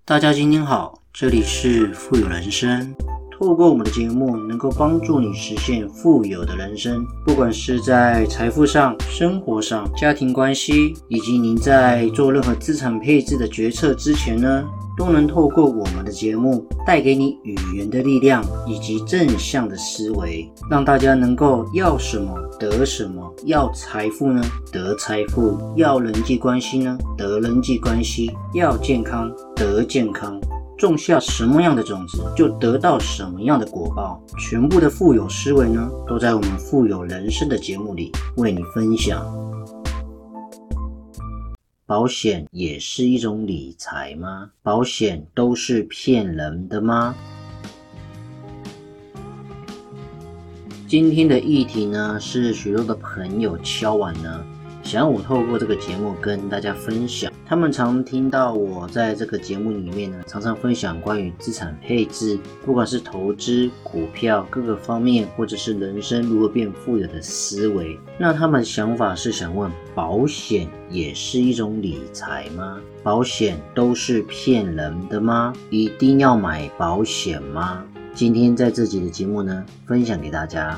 大家今天好，这里是富有人生。透过我们的节目，能够帮助你实现富有的人生，不管是在财富上、生活上、家庭关系，以及您在做任何资产配置的决策之前呢，都能透过我们的节目带给你语言的力量以及正向的思维，让大家能够要什么得什么，要财富呢得财富，要人际关系呢得人际关系，要健康得健康。种下什么样的种子，就得到什么样的果报。全部的富有思维呢，都在我们富有人生的节目里为你分享。保险也是一种理财吗？保险都是骗人的吗？今天的议题呢，是许多的朋友敲碗呢，想要我透过这个节目跟大家分享。他们常听到我在这个节目里面呢，常常分享关于资产配置，不管是投资、股票各个方面，或者是人生如何变富有的思维。那他们的想法是想问，保险也是一种理财吗？保险都是骗人的吗？一定要买保险吗？今天在这集的节目呢，分享给大家。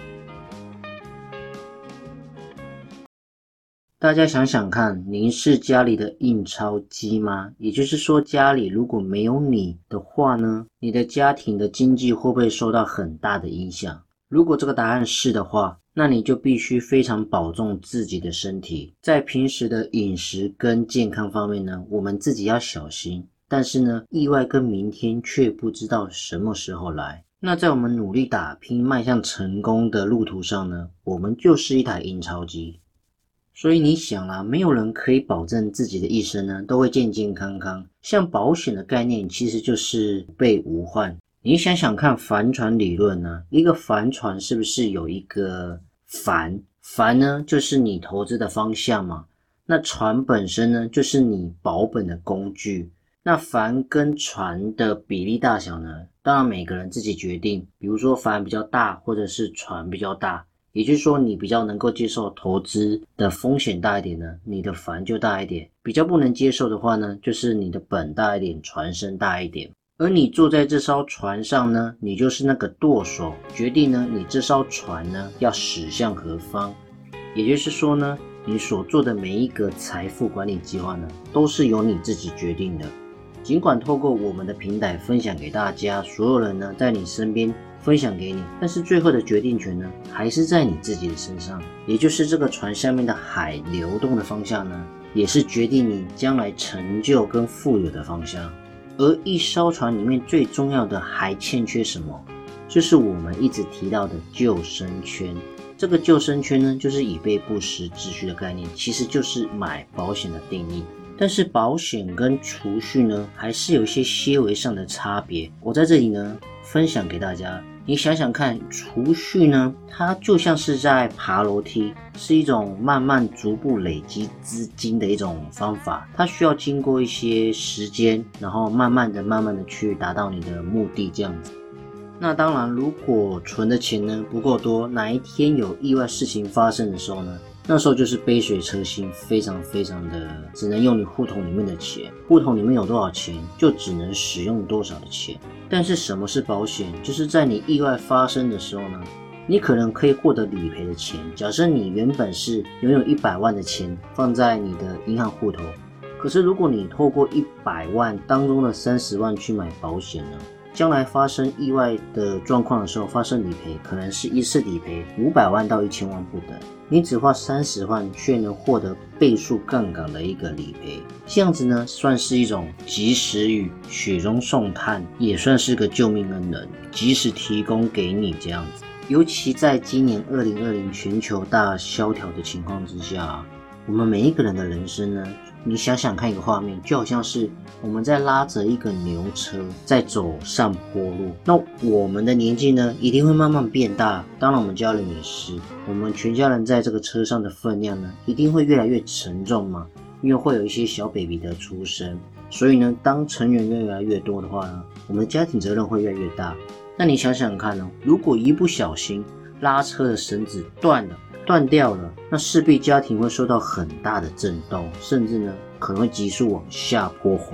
大家想想看，您是家里的印钞机吗？也就是说，家里如果没有你的话呢，你的家庭的经济会不会受到很大的影响？如果这个答案是的话，那你就必须非常保重自己的身体，在平时的饮食跟健康方面呢，我们自己要小心。但是呢，意外跟明天却不知道什么时候来。那在我们努力打拼迈向成功的路途上呢，我们就是一台印钞机。所以你想啦，没有人可以保证自己的一生呢都会健健康康。像保险的概念其实就是备无患。你想想看帆船理论呢，一个帆船是不是有一个帆呢就是你投资的方向嘛，那船本身呢就是你保本的工具。那帆跟船的比例大小呢，当然每个人自己决定，比如说帆比较大或者是船比较大，也就是说你比较能够接受投资的风险大一点呢，你的帆就大一点。比较不能接受的话呢，就是你的本大一点，船身大一点。而你坐在这艘船上呢，你就是那个舵手，决定呢你这艘船呢要驶向何方。也就是说呢，你所做的每一个财富管理计划呢，都是由你自己决定的。尽管透过我们的平台分享给大家，所有人呢在你身边分享给你，但是最后的决定权呢还是在你自己的身上。也就是这个船下面的海流动的方向呢，也是决定你将来成就跟富有的方向。而一艘船里面最重要的还欠缺什么？就是我们一直提到的救生圈。这个救生圈呢，就是以备不时之需的概念，其实就是买保险的定义。但是保险跟储蓄呢，还是有一些些微上的差别。我在这里呢，分享给大家。你想想看，储蓄呢，它就像是在爬楼梯，是一种慢慢逐步累积资金的一种方法。它需要经过一些时间，然后慢慢的去达到你的目的这样子。那当然，如果存的钱呢不够多，哪一天有意外事情发生的时候呢，那时候就是杯水车薪，非常的只能用你户头里面的钱，户头里面有多少钱就只能使用多少的钱。但是什么是保险？就是在你意外发生的时候呢，你可能可以获得理赔的钱。假设你原本是拥有100万的钱放在你的银行户头，可是如果你透过100万当中的30万去买保险呢，将来发生意外的状况的时候发生理赔，可能是一次理赔500万到1000万不等。你只花30万却能获得倍数杠杆的一个理赔，这样子呢算是一种及时雨，雪中送炭，也算是个救命恩人，及时提供给你这样子。尤其在今年2020全球大萧条的情况之下，我们每一个人的人生呢，你想想看一个画面，就好像是我们在拉着一个牛车在走上坡路。那我们的年纪呢，一定会慢慢变大，当然我们家人也是，我们全家人在这个车上的分量呢，一定会越来越沉重嘛，因为会有一些小 baby 的出生。所以呢，当成员越来越多的话呢，我们的家庭责任会越来越大。那你想想看如果一不小心拉车的绳子断掉了，那势必家庭会受到很大的震动，甚至呢可能会急速往下坡滑。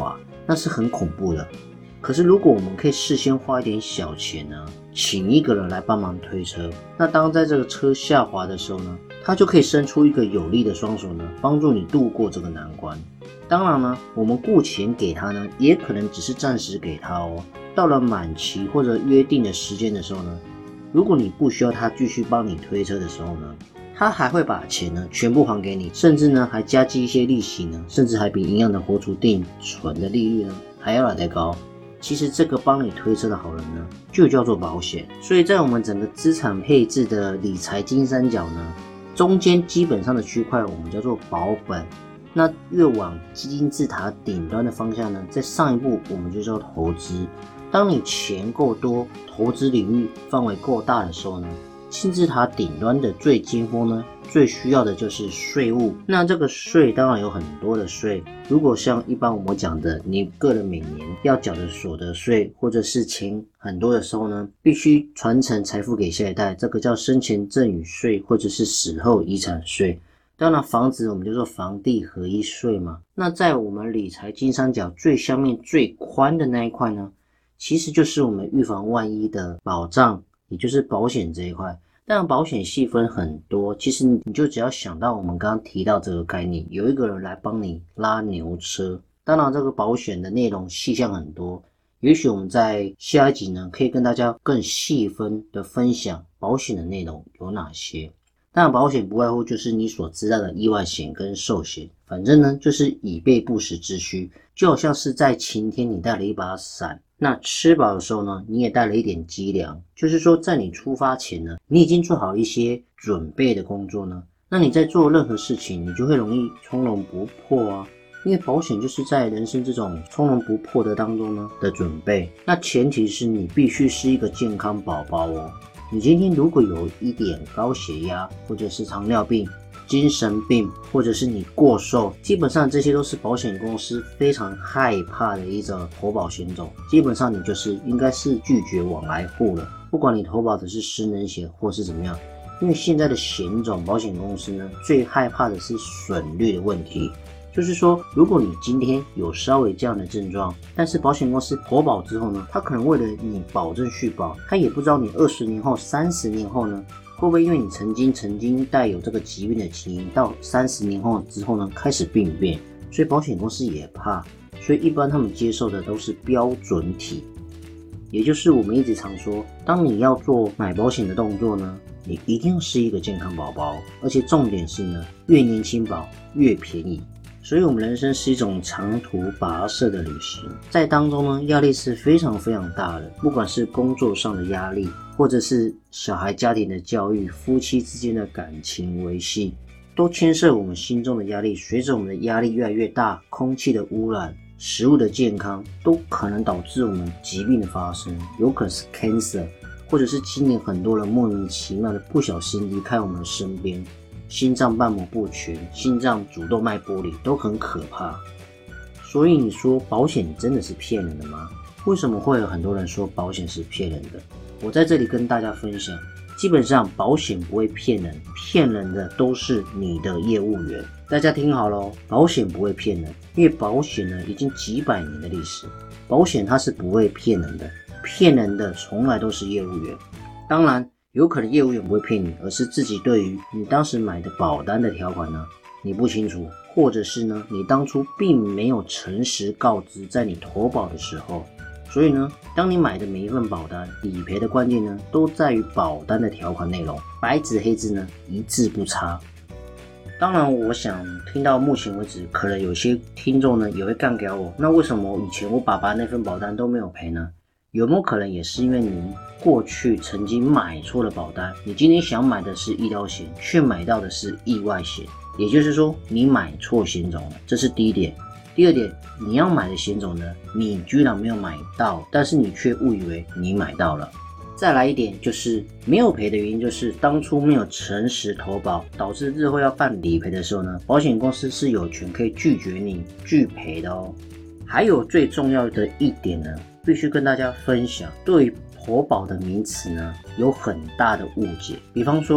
那是很恐怖的。可是如果我们可以事先花一点小钱呢，请一个人来帮忙推车，那当在这个车下滑的时候呢，他就可以伸出一个有力的双手呢，帮助你度过这个难关。当然呢，我们雇钱给他呢，也可能只是暂时给他哦。到了满期或者约定的时间的时候呢，如果你不需要他继续帮你推车的时候呢，他还会把钱呢全部还给你，甚至呢还加计一些利息呢，甚至还比银行的活储定存的利率呢还要来得高。其实这个帮你推车的好人呢，就叫做保险。所以在我们整个资产配置的理财金三角呢，中间基本上的区块我们叫做保本。那越往基金字塔顶端的方向呢，在上一步我们就叫投资。当你钱够多，投资领域范围够大的时候呢，金字塔顶端的最尖峰呢，最需要的就是税务。那这个税当然有很多的税，如果像一般我们讲的，你个人每年要缴的所得税，或者是钱很多的时候呢，必须传承财富给下一代，这个叫生前赠与税，或者是死后遗产税。当然房子我们就说房地合一税嘛。那在我们理财金三角最下面最宽的那一块呢，其实就是我们预防万一的保障，也就是保险这一块。当然保险细分很多，其实你就只要想到我们刚刚提到这个概念，有一个人来帮你拉牛车。当然这个保险的内容细项很多，也许我们在下一集呢，可以跟大家更细分的分享保险的内容有哪些。当然保险不外乎就是你所知道的意外险跟寿险，反正呢就是以备不时之需。就好像是在晴天你带了一把伞，那吃饱的时候呢，你也带了一点鸡粮，就是说在你出发前呢，你已经做好一些准备的工作呢，那你在做任何事情你就会容易从容不迫啊。因为保险就是在人生这种从容不迫的当中呢的准备，那前提是你必须是一个健康宝宝哦。你今天如果有一点高血压，或者是糖尿病、精神病，或者是你过瘦，基本上这些都是保险公司非常害怕的一种投保险种。基本上你就是应该是拒绝往来户了，不管你投保的是失能险或是怎么样。因为现在的险种保险公司呢，最害怕的是损率的问题。就是说，如果你今天有稍微这样的症状，但是保险公司投保之后呢，他可能为了你保证续保，他也不知道你20年后、30年后呢，会不会因为你曾经带有这个疾病的基因，到30年后之后呢，开始病变，所以保险公司也怕，所以一般他们接受的都是标准体，也就是我们一直常说，当你要做买保险的动作呢，你一定是一个健康宝宝，而且重点是呢，越年轻保越便宜。所以我们人生是一种长途跋涉的旅行，在当中呢，压力是非常非常大的，不管是工作上的压力，或者是小孩家庭的教育，夫妻之间的感情维系，都牵涉我们心中的压力。随着我们的压力越来越大，空气的污染、食物的健康，都可能导致我们疾病的发生，有可能是 cancer， 或者是今年很多人莫名其妙的不小心离开我们身边，心脏瓣膜不全、心脏主动脉剥离都很可怕。所以你说保险真的是骗人的吗？为什么会有很多人说保险是骗人的？我在这里跟大家分享，基本上保险不会骗人，骗人的都是你的业务员。大家听好咯，保险不会骗人，因为保险呢已经几百年的历史，保险它是不会骗人的，骗人的从来都是业务员。当然有可能业务员不会骗你，而是自己对于你当时买的保单的条款呢，你不清楚，或者是呢，你当初并没有诚实告知在你投保的时候。所以呢，当你买的每一份保单，理赔的关键呢，都在于保单的条款内容，白纸黑字呢，一字不差。当然，我想听到目前为止，可能有些听众呢也会干掉我，那为什么以前我爸爸那份保单都没有赔呢？有没有可能也是因为您过去曾经买错了保单，你今天想买的是医疗险，却买到的是意外险，也就是说你买错险种了，这是第一点。第二点，你要买的险种呢，你居然没有买到，但是你却误以为你买到了。再来一点，就是没有赔的原因就是当初没有诚实投保，导致日后要办理赔的时候呢，保险公司是有权可以拒绝你拒赔的哦。还有最重要的一点呢，必须跟大家分享，对于投保的名词呢有很大的误解。比方说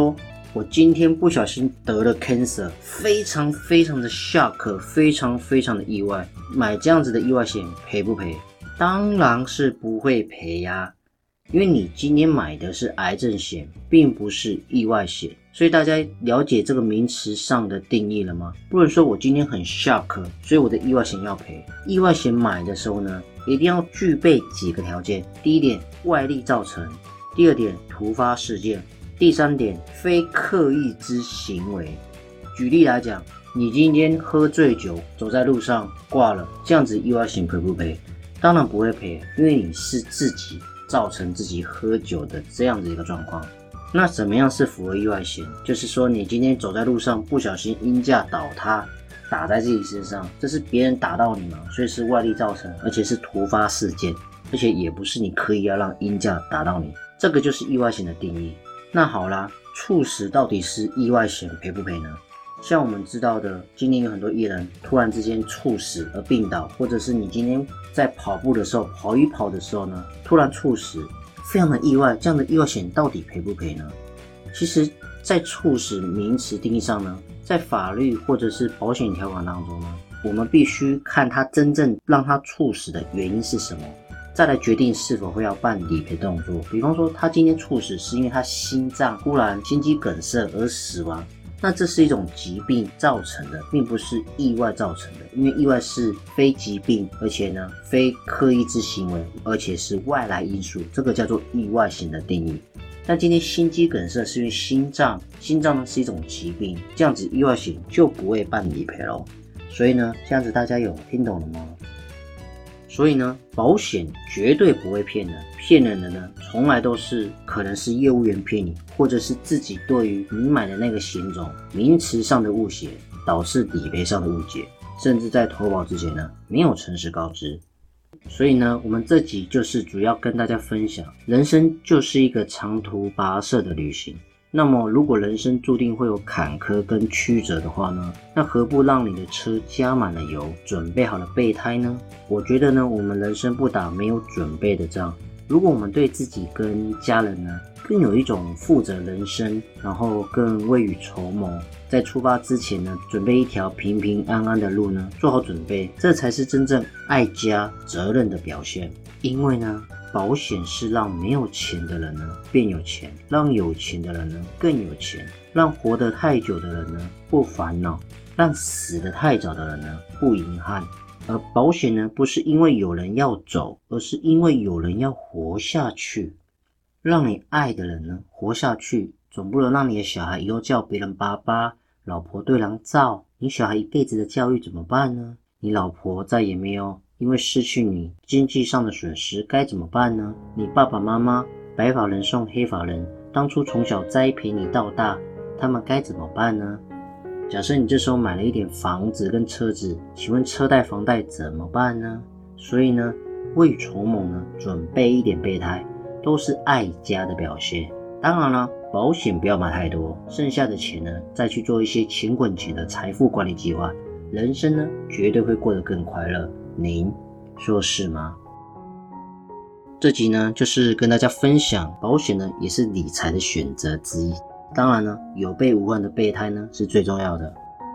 我今天不小心得了 cancer， 非常非常的 shock， 非常非常的意外，买这样子的意外险赔不赔？当然是不会赔呀，因为你今天买的是癌症险，并不是意外险。所以大家了解这个名词上的定义了吗？不能说我今天很 shock， 所以我的意外险要赔。意外险买的时候呢，一定要具备几个条件。第一点，外力造成；第二点，突发事件；第三点，非刻意之行为。举例来讲，你今天喝醉酒走在路上挂了，这样子意外险赔不赔？当然不会赔，因为你是自己造成自己喝酒的这样子一个状况。那怎么样是符合意外险？就是说你今天走在路上不小心因架倒塌打在自己身上，这是别人打到你嘛，所以是外力造成，而且是突发事件，而且也不是你刻意要让因架打到你，这个就是意外险的定义。那好啦，猝死到底是意外险赔不赔呢？像我们知道的，今年有很多艺人突然之间猝死而病倒，或者是你今天在跑步的时候跑一跑的时候呢，突然猝死，非常的意外，这样的意外险到底赔不赔呢？其实在猝死名词定义上呢，在法律或者是保险条款当中呢，我们必须看他真正让他猝死的原因是什么，再来决定是否会要办理赔动作。比方说他今天猝死是因为他心脏突然心肌梗塞而死亡，那这是一种疾病造成的，并不是意外造成的，因为意外是非疾病，而且呢非刻意之行为，而且是外来因素，这个叫做意外险的定义。但今天心肌梗塞是因为心脏呢是一种疾病，这样子意外险就不会办理赔咯。所以呢，这样子大家有听懂了吗？所以呢，保险绝对不会骗人，骗人的呢，从来都是可能是业务员骗你，或者是自己对于你买的那个险种名词上的误写，导致理赔上的误解，甚至在投保之前呢，没有诚实告知。所以呢，我们这集就是主要跟大家分享，人生就是一个长途跋涉的旅行。那么如果人生注定会有坎坷跟曲折的话呢，那何不让你的车加满了油，准备好了备胎呢？我觉得呢，我们人生不打没有准备的仗。如果我们对自己跟家人呢更有一种负责人生，然后更未雨绸缪，在出发之前呢，准备一条平平安安的路呢，做好准备，这才是真正爱家责任的表现。因为呢，保险是让没有钱的人呢变有钱，让有钱的人呢更有钱，让活得太久的人呢不烦恼，让死得太早的人呢不遗憾。而保险呢，不是因为有人要走，而是因为有人要活下去。让你爱的人呢活下去，总不能让你的小孩以后叫别人爸爸，老婆对人照，你小孩一辈子的教育怎么办呢？你老婆再也没有因为失去你经济上的损失该怎么办呢？你爸爸妈妈白发人送黑发人，当初从小栽培你到大，他们该怎么办呢？假设你这时候买了一点房子跟车子，请问车贷房贷怎么办呢？所以呢，未雨绸缪呢，准备一点备胎，都是爱家的表现。当然了，保险不要买太多，剩下的钱呢，再去做一些钱滚钱的财富管理计划，人生呢，绝对会过得更快乐。您说是吗？这集呢，就是跟大家分享，保险呢，也是理财的选择之一。当然呢，有备无患的备胎呢，是最重要的。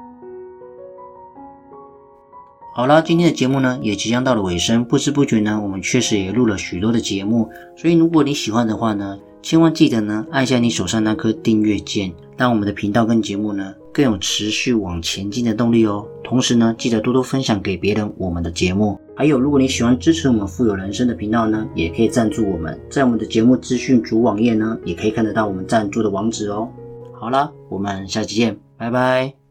好啦，今天的节目呢也即将到了尾声，不知不觉呢我们确实也录了许多的节目，所以如果你喜欢的话呢，千万记得呢按下你手上那颗订阅键，让我们的频道跟节目呢更有持续往前进的动力哦。同时呢，记得多多分享给别人我们的节目。还有，如果你喜欢支持我们富有人生的频道呢，也可以赞助我们，在我们的节目资讯主网页呢，也可以看得到我们赞助的网址哦。好啦，我们下期见，拜拜。